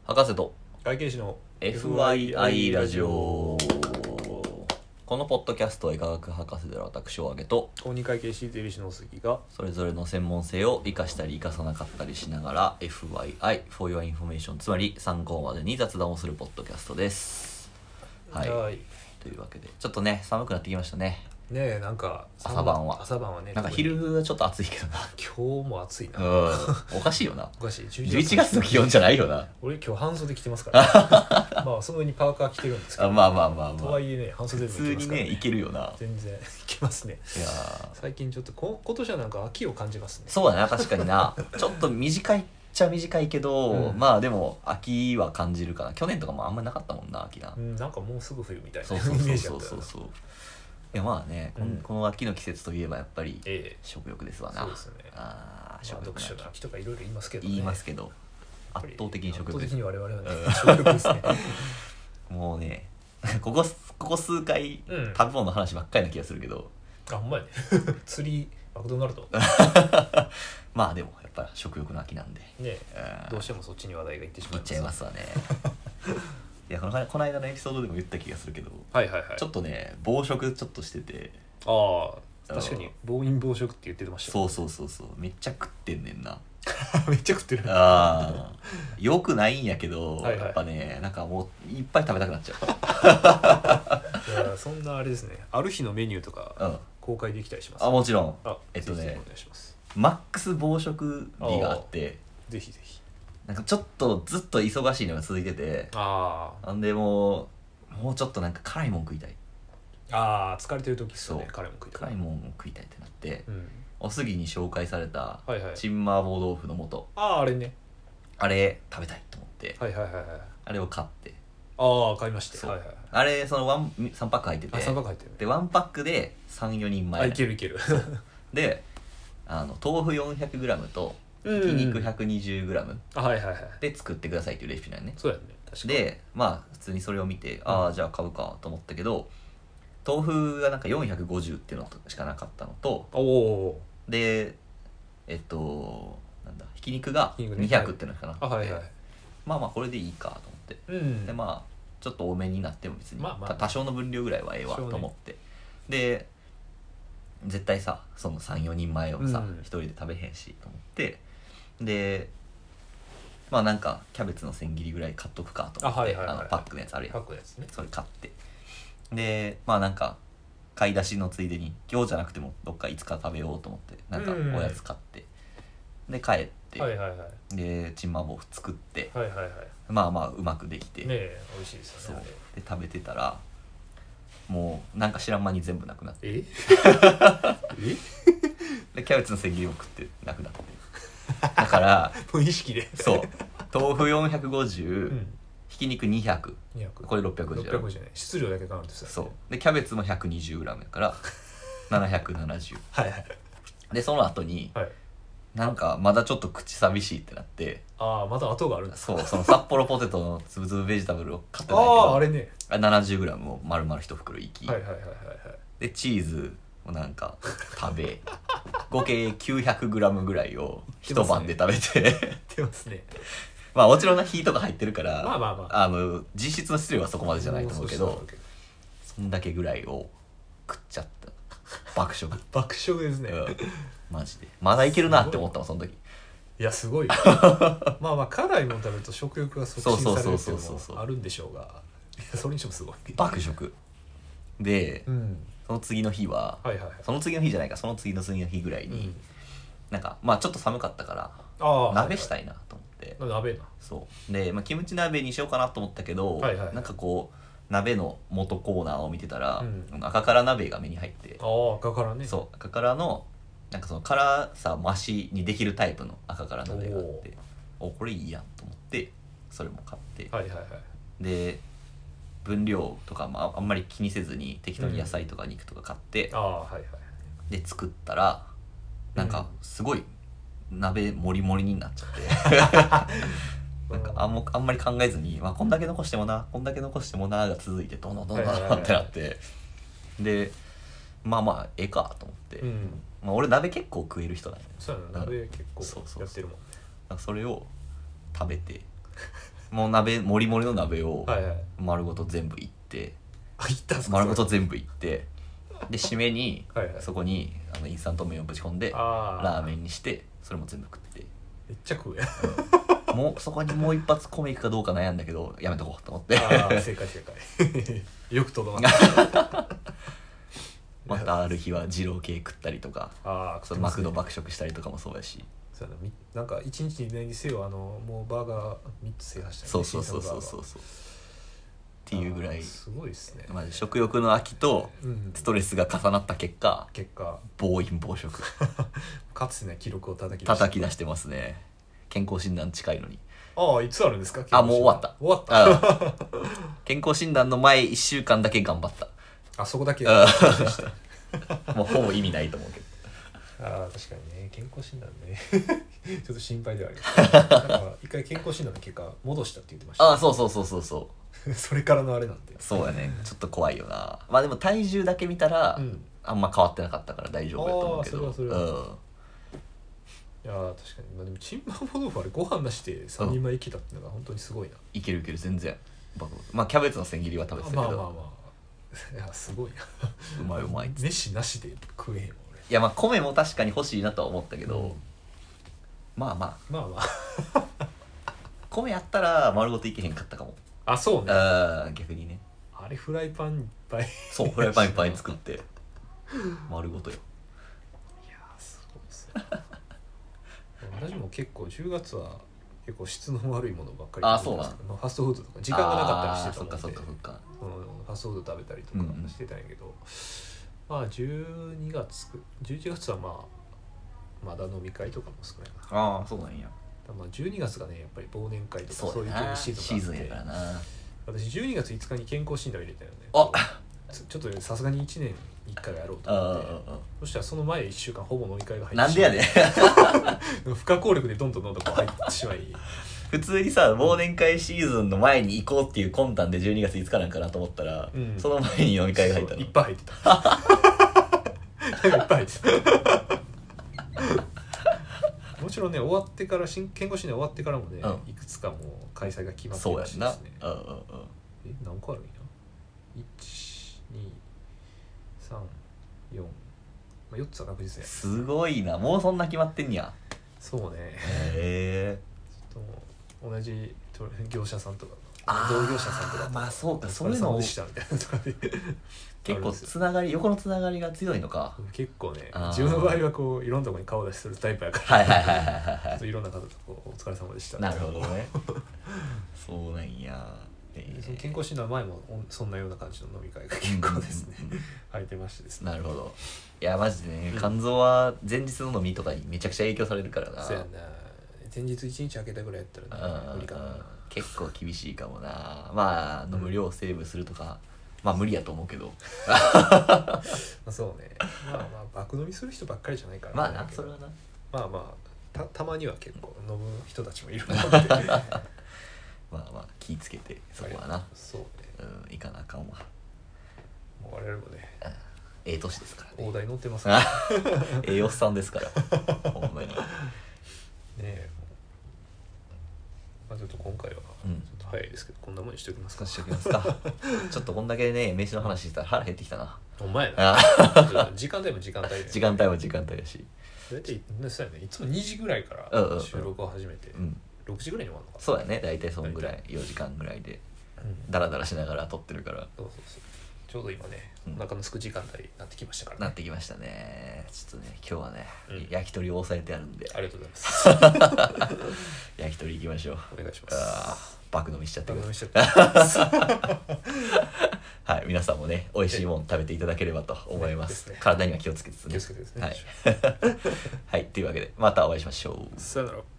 博士と会計士の FYI ラジオ。このポッドキャストは医科学博士である私を挙げと公認会計士税理士の杉がそれぞれの専門性を生かしたり生かさなかったりしながら FYI for your information つまり参考までに雑談をするポッドキャストです。はい、というわけでちょっとね寒くなってきましたね。 ねえ、なんか朝晩はね、 なんか昼はちょっと暑いけどな。 今日も暑いな。 おかしいよな。 おかしい。 11月の気温じゃないよな。 俺今日半袖着てますからまあその上にパーカー着てるんですけど、 まあとはいえね、半袖でも普通にねいけるよな。 全然いけますね。 いや最近ちょっと今年はなんか秋を感じますね。 そうだな、確かにな。ちょっと短いっちゃ短いけど、まあでも秋は感じるかな。去年とかもあんまりなかったもんな、秋な。 なんかもうすぐ冬みたいなそうイメージだったよな。 いやまあね、この秋の季節といえばやっぱり食欲ですわな。 そうですね。 食欲読書の秋とかいろいろ言いますけどね。言いますけど圧倒的に食欲です。 圧倒的に我々はね、食欲ですね。 もうねここ数回、食べ物の話ばっかりな気がするけど、 ほんまやね。釣りマクドナルドまあでもやっぱ食欲の秋なんでね、どうしてもそっちに話題がいってしまいます。 いっちゃいますわね。いやこの間のエピソードでも言った気がするけど、ちょっとね暴食ちょっとしてて、 確かに暴飲暴食って言ってました、 ね、そうめっちゃ食ってんねんな。 めっちゃ食ってる。 よくないんやけど、やっぱねなんかもういっぱい食べたくなっちゃう。いやそんなあれですね、ある日のメニューとか公開できたりします、 もちろん。 ぜひお願いします。 マックス暴食日があって、 ぜひぜひ。 なんかちょっとずっと忙しいのが続いてて、なんでもうちょっとなんか辛いもん食いたい。 疲れてる時ですよね。辛いもん食いたいってなって、おすぎに紹介されたチンマーボー豆腐の素、 あれね、 あれ食べたいと思って、あれを買って、 買いまして、 あれその3パック入ってて、で1パックで 3,4 人前。 いけるで豆腐 400g とひき肉 120g で作ってくださいっていうレシピなんね。 そうやね。確かに。 でまあ普通にそれを見て、じゃあ買うかと思ったけど、豆腐がなんか450っていうのしかなかったのと、でなんだひき肉が200っていうのしかなくて、まあこれでいいかと思って、でまあちょっと多めになっても別に多少の分量ぐらいはええわと思って、で絶対さその 3,4 人前をさ一人で食べへんしと思って、でまあなんかキャベツの千切りぐらい買っとくかと思って、パックのやつあるやん、それ買って、でまあなんか買い出しのついでに今日じゃなくてもどっかいつか食べようと思ってなんかおやつ買って、で帰って、でチンマーボーフ作って、まあうまくできて、 美味しいですよね。 で食べてたらもうなんか知らん間に全部なくなって、でキャベツの千切りも食ってなくなって、だから無意識でそう豆腐450、ひき肉200、これ650やろ。 650ね。質量だけ考えてさ。 そうでキャベツも 120g やから770。でその後に、なんかまだちょっと口寂しいってなって、 まだ後があるんだ。 その札幌ポテトのつぶつぶベジタブルを買ってないけど、 あれね、 70g を丸々一袋いき、でチーズをなんか食べ合計 900g ぐらいを一晩で食べて出ますね。 まあもちろんな火とか入ってるから、実質の質量はそこまでじゃないと思うけど、そんだけぐらいを食っちゃった。爆食ですね。 マジでまだいけるなって思ったもんその時。 いやすごい辛いもの食べると食欲が促進されるっていうのもあるんでしょうが、それにしてもすごい爆食で、その次の日は、その次の日じゃないか、その次の次の日ぐらいに、なんかちょっと寒かったから鍋したいなと思って、そうで、キムチ鍋にしようかなと思ったけど、なんかこう鍋の元コーナーを見てたら、赤から鍋が目に入って、 赤からね、 そう赤からのなんかその辛さ増しにできるタイプの赤から鍋があって、これいいやんと思ってそれも買って、で分量とかもあんまり気にせずに適当に野菜とか肉とか買って、で作ったらなんかすごい鍋もりもりになっちゃってなんかあんまり考えずに、こんだけ残してもなこんだけ残してもなが続いてどんどんってなって、でええかと思って、俺鍋結構食える人なんで、 そうやな、鍋結構やってるもんね。 それを食べてもうもりもりの鍋をはいはい丸ごと全部いって、 行ったんすか丸ごと全部いって、で締めにはいはいそこにインスタント麺をぶち込んでラーメンにして、それも全部食って、 めっちゃ食うやんもうそこにもう一発米いくかどうか悩んだけどやめとこうと思って正解よくとどまったまたある日は二郎系食ったりとか、そのマクド爆食したりとかもそうやし、 そうやな、なんか一日に何にせよもうバーガー3つ制覇したり、 そうっていうぐらいすごいですね、 まあ、食欲の秋とストレスが重なった結果、暴飲暴食かつてない記録を叩き出してますね。健康診断近いのに。 いつあるんですか？ もう終わった健康診断の前1週間だけ頑張った。 そこだけもうほぼ意味ないと思うけど確かにね、健康診断ねちょっと心配ではありますなんか一回健康診断の結果戻したって言ってましたそうそれからのあれなんで。 そうやね、ちょっと怖いよな。まあでも体重だけ見たら、あんま変わってなかったから大丈夫やと思うけど。 それはいや確かに、でもチンマオ豆腐あれご飯なしで3人前いけたっていうのが本当にすごいな。 いける全然。まあキャベツの千切りは食べてたけど、 いやすごいなうまい飯なしで食えへんわ俺。 いやまあ米も確かに欲しいなとは思ったけど、まあ米やったら丸ごといけへんかったかも。 そうね、 逆にね。 あれフライパンいっぱいそうフライパンいっぱい作って丸ごとよ。 いやすごいっすね私も結構10月は結構質の悪いものばっかりそうなん、 ファストフードとか時間がなかったりしてたので、 そっかファストフード食べたりとかしてたんやけど、12月11月はまだ飲み会とかも少ないな。 そうなんや。 12月がねやっぱり忘年会とかそういうシーズンやからな。 私12月5日に健康診断を入れたよね。ちょっとさすがに1年1回はやろうと思って、そしたらその前1週間ほぼ飲み会が入ってなんでやねん不可抗力でどんどん入ってしまい普通にさ忘年会シーズンの前に行こうっていう魂胆で12月5日なんかなと思ったら、その前に飲み会が入ったの。 いっぱい入ってたなんかいっぱい入ってたもちろんね終わってから健康診断終わってからもね、いくつかもう開催が決まってるらしいですね。何個あるんや1,2,3,4 4つは確実や。 すごいな、もうそんな決まってんや。 そうね。ちょっともう同じ業者さんとか同業者さんとかそうか、そういうのでしたみたいなとかで結構つながり、横のつながりが強いのか。 結構ね、自分の場合はこういろんなところに顔出しするタイプやからちょっといろんな方とこうお疲れ様でした。 なるほどねそうなんや。 その健康診断前もそんなような感じの飲み会が結構ですね入ってましてですね。 なるほど。いやマジでね、肝臓は前日の飲みとかにめちゃくちゃ影響されるからな。 そうやな、前日1日空けたぐらいやったらね無理かな。 結構厳しいかもな。飲む量をセーブするとか無理やと思うけどそうね、爆飲みする人ばっかりじゃないからそれはな。たまには結構飲む人たちもいるので気ぃつけてそこはな。 そうね、 いかなあかんわ。 もう我々もね年ですからね。 大台乗ってますからおっさんですからほんまにねえ。ちょっと今回はちょっと早いですけど、こんなもんにしておきますか。 ちょっとこんだけね飯の話したら腹減ってきたな。 お前な時間帯も時間帯で、 時間帯も時間帯だし、 大体そうやね、いつも2時ぐらいから収録を始めて6時ぐらいに終わるのかな。 そうやね、大体そんぐらい4時間ぐらいでダラダラしながら撮ってるから。 そうちょうど今ねお腹のすく時間帯になってきましたからね。 なってきましたね。ちょっとね今日はね焼き鳥を抑えてあるんで、 ありがとうございます焼き鳥行きましょう。 お願いします。 爆飲みしちゃってくださいはい、皆さんもね美味しいもの食べていただければと思います。体には気をつけつつね。 気をつけてですね。 はい、というわけでまたお会いしましょう。 さよなら。